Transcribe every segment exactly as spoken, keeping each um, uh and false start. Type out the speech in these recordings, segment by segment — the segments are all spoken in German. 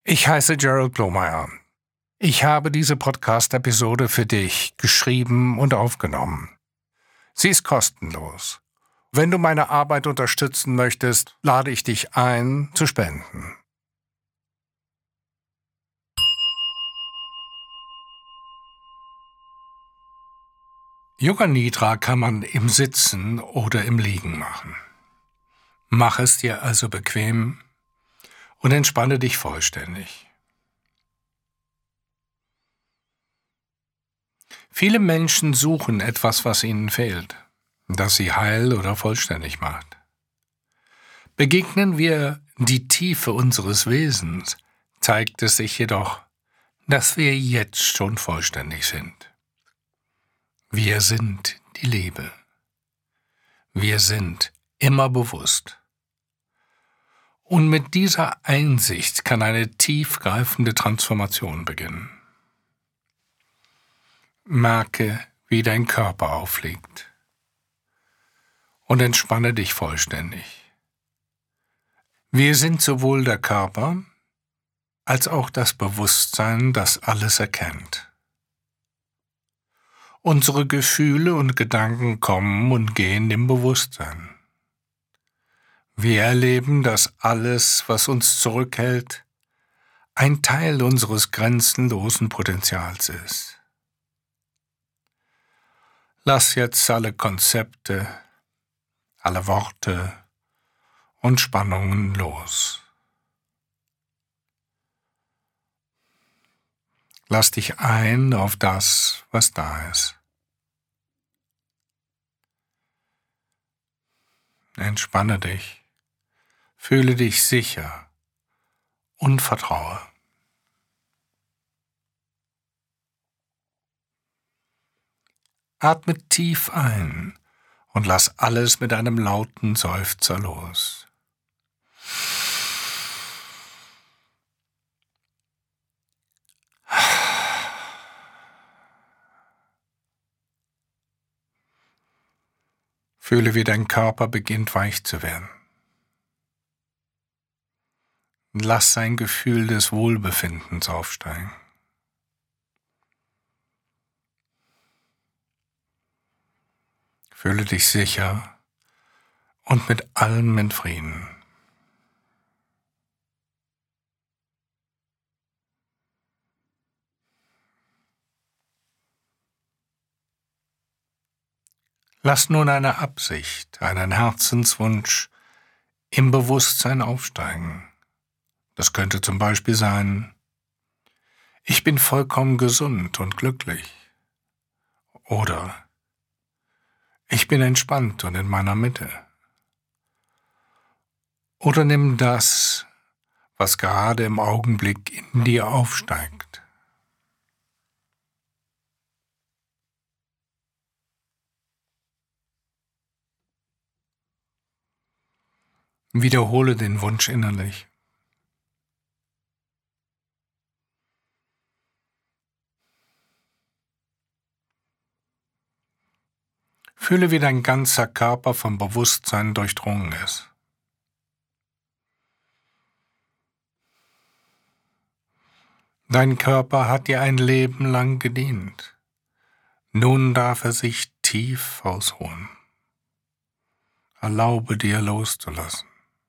Ich heiße Gerald Blomeyer. Ich habe diese Podcast-Episode für dich geschrieben und aufgenommen. Sie ist kostenlos. Wenn du meine Arbeit unterstützen möchtest, lade ich dich ein, zu spenden. Yoga Nidra kann man im Sitzen oder im Liegen machen. Mach es dir also bequem und entspanne dich vollständig. Viele Menschen suchen etwas, was ihnen fehlt, das sie heil oder vollständig macht. Begegnen wir die Tiefe unseres Wesens, zeigt es sich jedoch, dass wir jetzt schon vollständig sind. Wir sind die Liebe. Wir sind immer bewusst. Und mit dieser Einsicht kann eine tiefgreifende Transformation beginnen. Merke, wie dein Körper aufliegt und entspanne dich vollständig. Wir sind sowohl der Körper als auch das Bewusstsein, das alles erkennt. Unsere Gefühle und Gedanken kommen und gehen im Bewusstsein. Wir erleben, dass alles, was uns zurückhält, ein Teil unseres grenzenlosen Potenzials ist. Lass jetzt alle Konzepte, alle Worte und Spannungen los. Lass dich ein auf das, was da ist. Entspanne dich, fühle dich sicher und vertraue. Atme tief ein und lass alles mit einem lauten Seufzer los. Fühle, wie dein Körper beginnt weich zu werden. Lass ein Gefühl des Wohlbefindens aufsteigen. Fühle dich sicher und mit allem in Frieden. Lass nun eine Absicht, einen Herzenswunsch im Bewusstsein aufsteigen. Das könnte zum Beispiel sein: Ich bin vollkommen gesund und glücklich. Oder ich bin entspannt und in meiner Mitte. Oder nimm das, was gerade im Augenblick in dir aufsteigt. Wiederhole den Wunsch innerlich. Fühle, wie dein ganzer Körper vom Bewusstsein durchdrungen ist. Dein Körper hat dir ein Leben lang gedient. Nun darf er sich tief ausruhen. Erlaube dir loszulassen.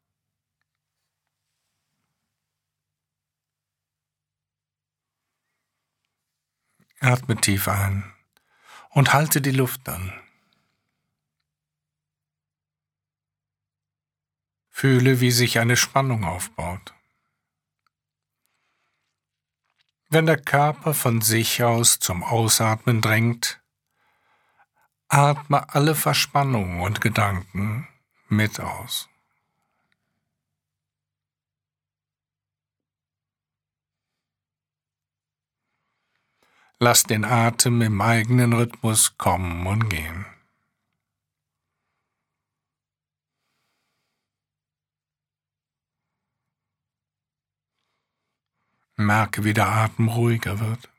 Atme tief ein und halte die Luft an. Fühle, wie sich eine Spannung aufbaut. Wenn der Körper von sich aus zum Ausatmen drängt, atme alle Verspannungen und Gedanken mit aus. Lass den Atem im eigenen Rhythmus kommen und gehen. Merke, wie der Atem ruhiger wird.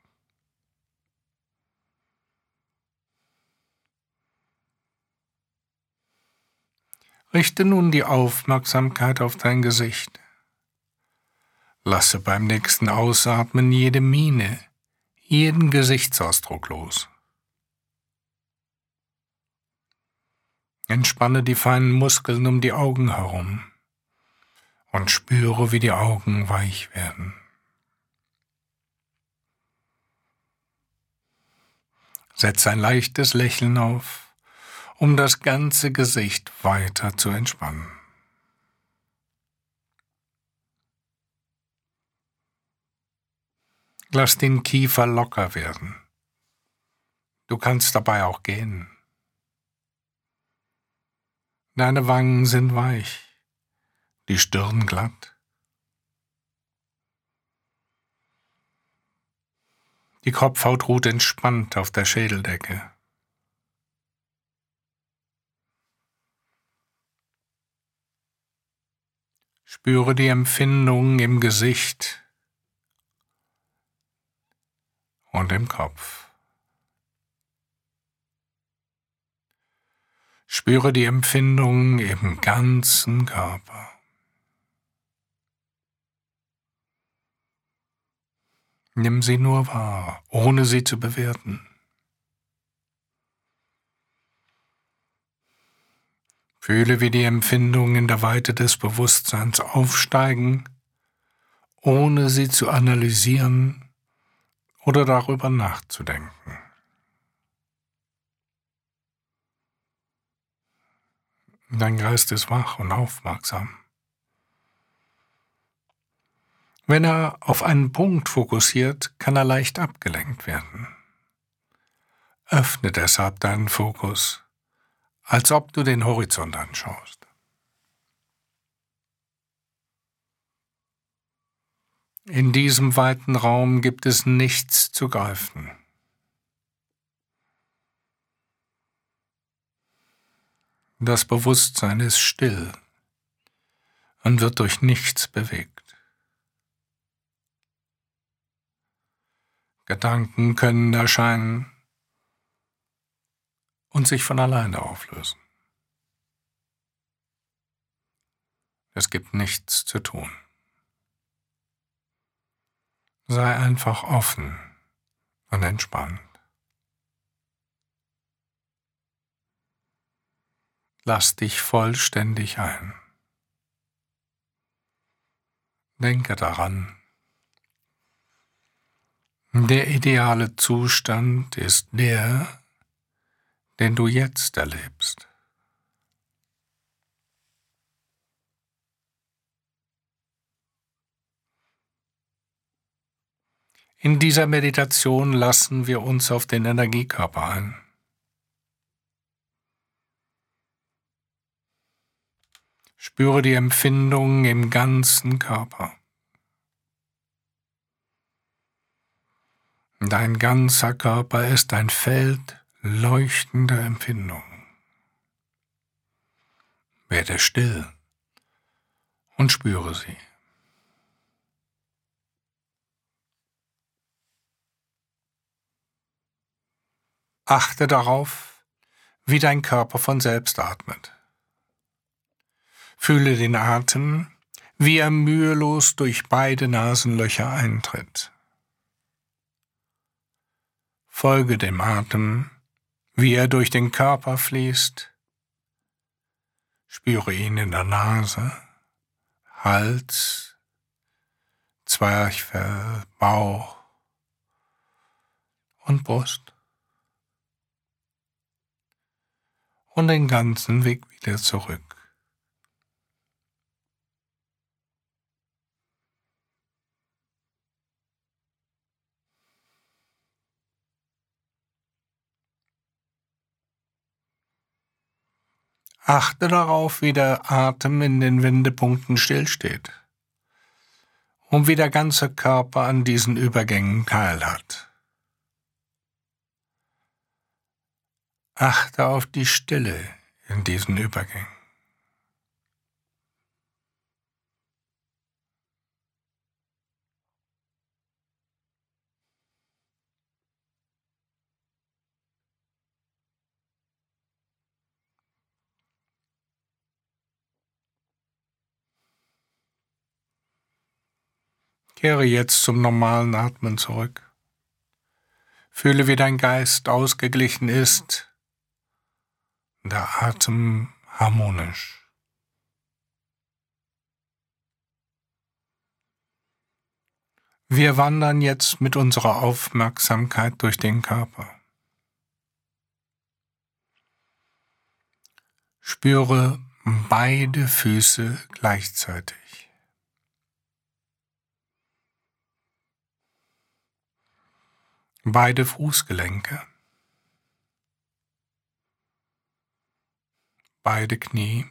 Richte nun die Aufmerksamkeit auf dein Gesicht. Lasse beim nächsten Ausatmen jede Miene, jeden Gesichtsausdruck los. Entspanne die feinen Muskeln um die Augen herum und spüre, wie die Augen weich werden. Setze ein leichtes Lächeln auf, um das ganze Gesicht weiter zu entspannen. Lass den Kiefer locker werden. Du kannst dabei auch gähnen. Deine Wangen sind weich, die Stirn glatt. Die Kopfhaut ruht entspannt auf der Schädeldecke. Spüre die Empfindungen im Gesicht und im Kopf. Spüre die Empfindungen im ganzen Körper. Nimm sie nur wahr, ohne sie zu bewerten. Fühle, wie die Empfindungen in der Weite des Bewusstseins aufsteigen, ohne sie zu analysieren oder darüber nachzudenken. Dein Geist ist wach und aufmerksam. Wenn er auf einen Punkt fokussiert, kann er leicht abgelenkt werden. Öffne deshalb deinen Fokus, als ob du den Horizont anschaust. In diesem weiten Raum gibt es nichts zu greifen. Das Bewusstsein ist still und wird durch nichts bewegt. Gedanken können erscheinen und sich von alleine auflösen. Es gibt nichts zu tun. Sei einfach offen und entspannt. Lass dich vollständig ein. Denke daran, der ideale Zustand ist der, den du jetzt erlebst. In dieser Meditation lassen wir uns auf den Energiekörper ein. Spüre die Empfindungen im ganzen Körper. Dein ganzer Körper ist ein Feld leuchtender Empfindungen. Werde still und spüre sie. Achte darauf, wie dein Körper von selbst atmet. Fühle den Atem, wie er mühelos durch beide Nasenlöcher eintritt. Folge dem Atem, wie er durch den Körper fließt. Spüre ihn in der Nase, Hals, Zwerchfell, Bauch und Brust. Und den ganzen Weg wieder zurück. Achte darauf, wie der Atem in den Wendepunkten stillsteht und wie der ganze Körper an diesen Übergängen teilhat. Achte auf die Stille in diesen Übergängen. Kehre jetzt zum normalen Atmen zurück. Fühle, wie dein Geist ausgeglichen ist, der Atem harmonisch. Wir wandern jetzt mit unserer Aufmerksamkeit durch den Körper. Spüre beide Füße gleichzeitig. Beide Fußgelenke. Beide Knie.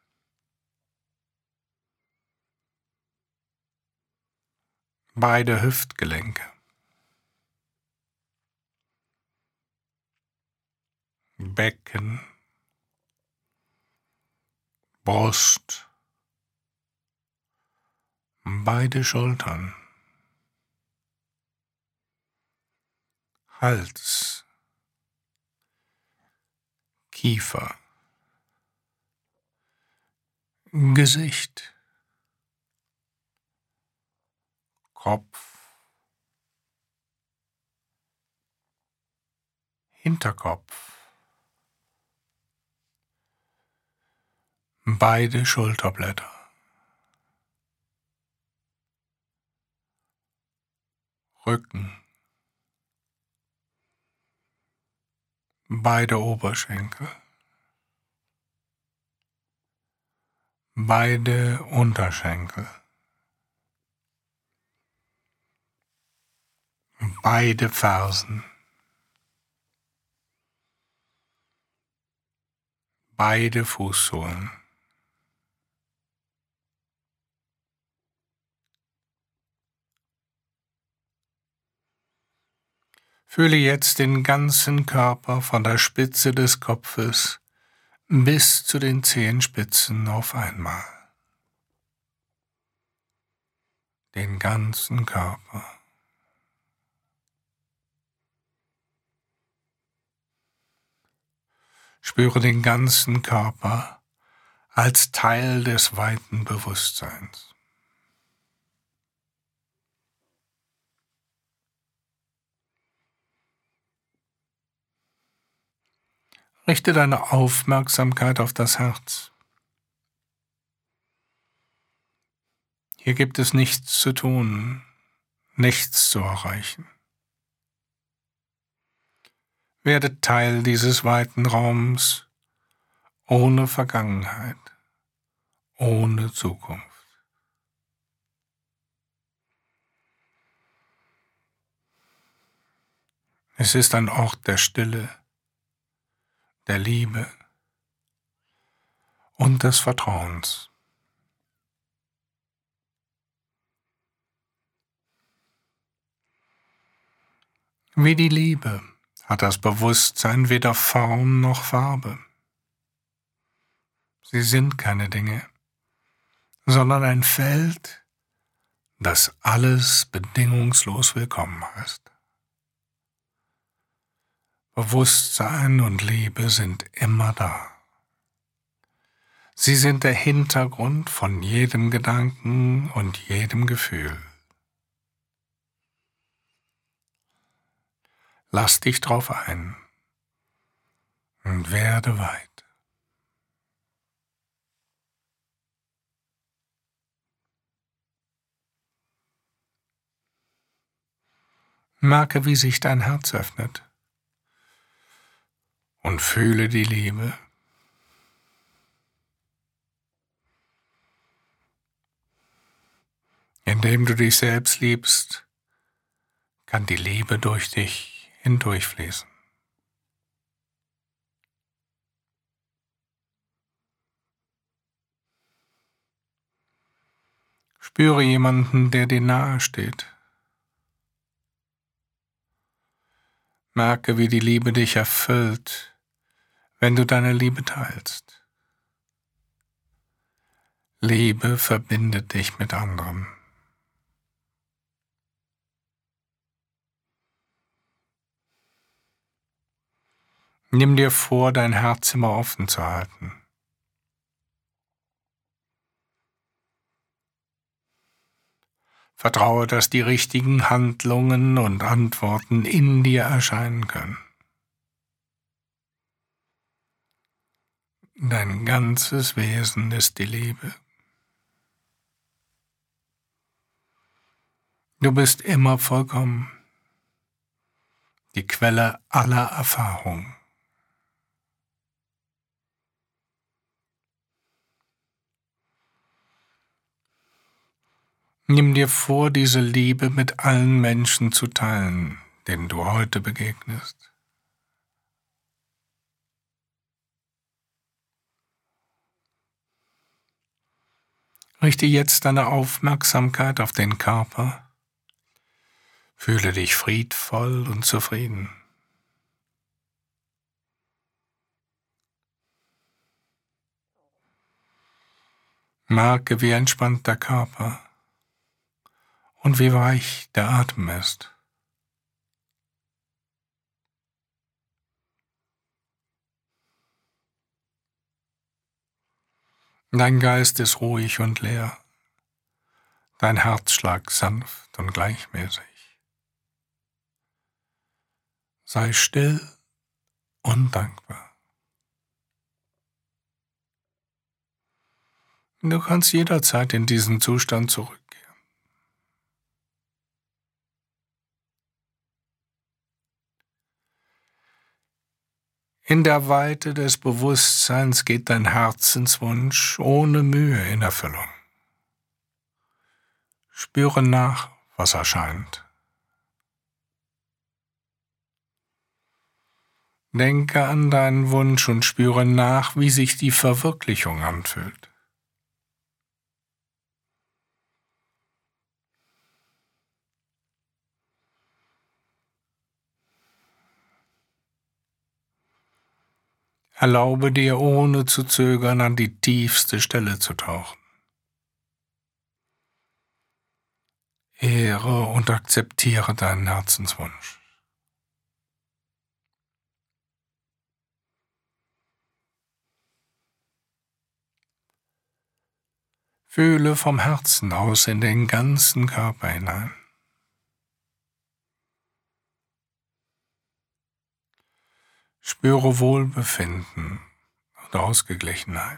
Beide Hüftgelenke. Becken. Brust. Beide Schultern. Hals. Kiefer. Gesicht. Kopf. Hinterkopf. Beide Schulterblätter. Rücken. Beide Oberschenkel. Beide Unterschenkel. Beide Fersen. Beide Fußsohlen. Fühle jetzt den ganzen Körper von der Spitze des Kopfes bis zu den Zehenspitzen auf einmal. Den ganzen Körper. Spüre den ganzen Körper als Teil des weiten Bewusstseins. Richte deine Aufmerksamkeit auf das Herz. Hier gibt es nichts zu tun, nichts zu erreichen. Werde Teil dieses weiten Raums, ohne Vergangenheit, ohne Zukunft. Es ist ein Ort der Stille, der Liebe und des Vertrauens. Wie die Liebe hat das Bewusstsein weder Form noch Farbe. Sie sind keine Dinge, sondern ein Feld, das alles bedingungslos willkommen heißt. Bewusstsein und Liebe sind immer da. Sie sind der Hintergrund von jedem Gedanken und jedem Gefühl. Lass dich drauf ein und werde weit. Merke, wie sich dein Herz öffnet und fühle die Liebe. Indem du dich selbst liebst, kann die Liebe durch dich hindurchfließen. Spüre jemanden, der dir nahe steht. Merke, wie die Liebe dich erfüllt, wenn du deine Liebe teilst. Liebe verbindet dich mit anderen. Nimm dir vor, dein Herz immer offen zu halten. Vertraue, dass die richtigen Handlungen und Antworten in dir erscheinen können. Dein ganzes Wesen ist die Liebe. Du bist immer vollkommen, die Quelle aller Erfahrung. Nimm dir vor, diese Liebe mit allen Menschen zu teilen, denen du heute begegnest. Richte jetzt deine Aufmerksamkeit auf den Körper. Fühle dich friedvoll und zufrieden. Merke, wie entspannt der Körper und wie weich der Atem ist. Dein Geist ist ruhig und leer, dein Herzschlag sanft und gleichmäßig. Sei still und dankbar. Du kannst jederzeit in diesen Zustand zurückkehren. In der Weite des Bewusstseins geht dein Herzenswunsch ohne Mühe in Erfüllung. Spüre nach, was erscheint. Denke an deinen Wunsch und spüre nach, wie sich die Verwirklichung anfühlt. Erlaube dir, ohne zu zögern, an die tiefste Stelle zu tauchen. Ehre und akzeptiere deinen Herzenswunsch. Fühle vom Herzen aus in den ganzen Körper hinein. Spüre Wohlbefinden und Ausgeglichenheit.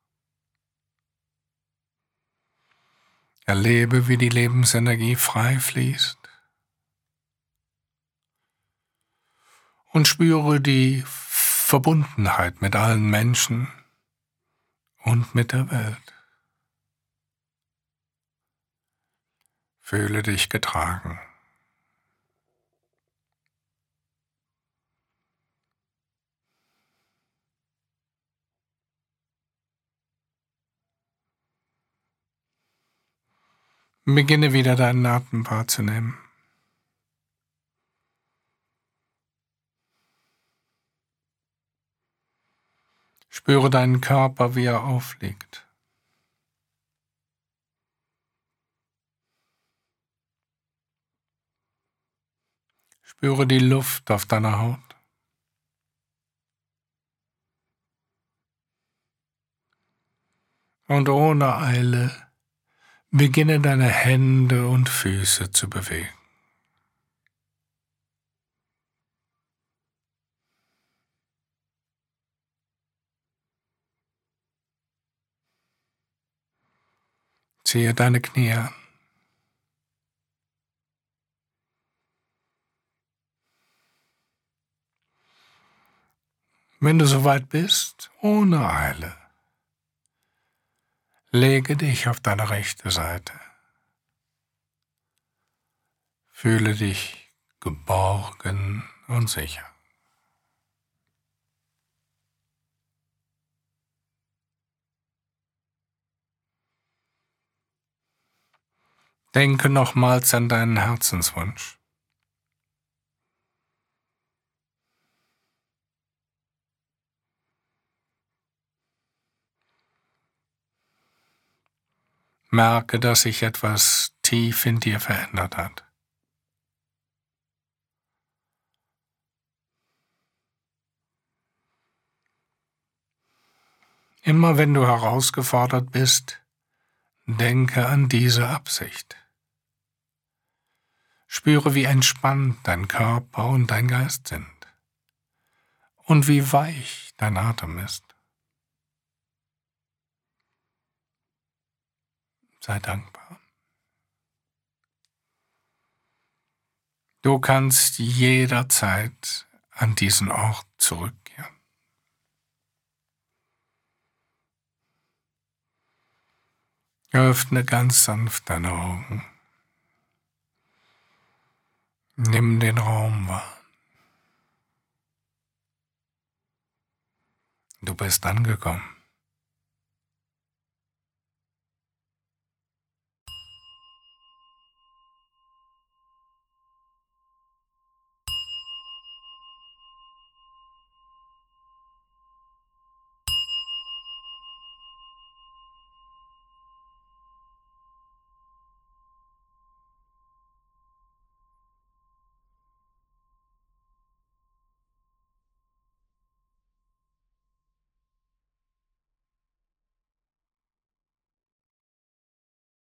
Erlebe, wie die Lebensenergie frei fließt. Und spüre die Verbundenheit mit allen Menschen und mit der Welt. Fühle dich getragen. Beginne wieder deinen Atem wahrzunehmen. Spüre deinen Körper, wie er aufliegt. Spüre die Luft auf deiner Haut. Und ohne Eile beginne deine Hände und Füße zu bewegen. Ziehe deine Knie an. Wenn du soweit bist, ohne Eile, lege dich auf deine rechte Seite. Fühle dich geborgen und sicher. Denke nochmals an deinen Herzenswunsch. Merke, dass sich etwas tief in dir verändert hat. Immer wenn du herausgefordert bist, denke an diese Absicht. Spüre, wie entspannt dein Körper und dein Geist sind und wie weich dein Atem ist. Sei dankbar. Du kannst jederzeit an diesen Ort zurückkehren. Öffne ganz sanft deine Augen. Nimm den Raum wahr. Du bist angekommen.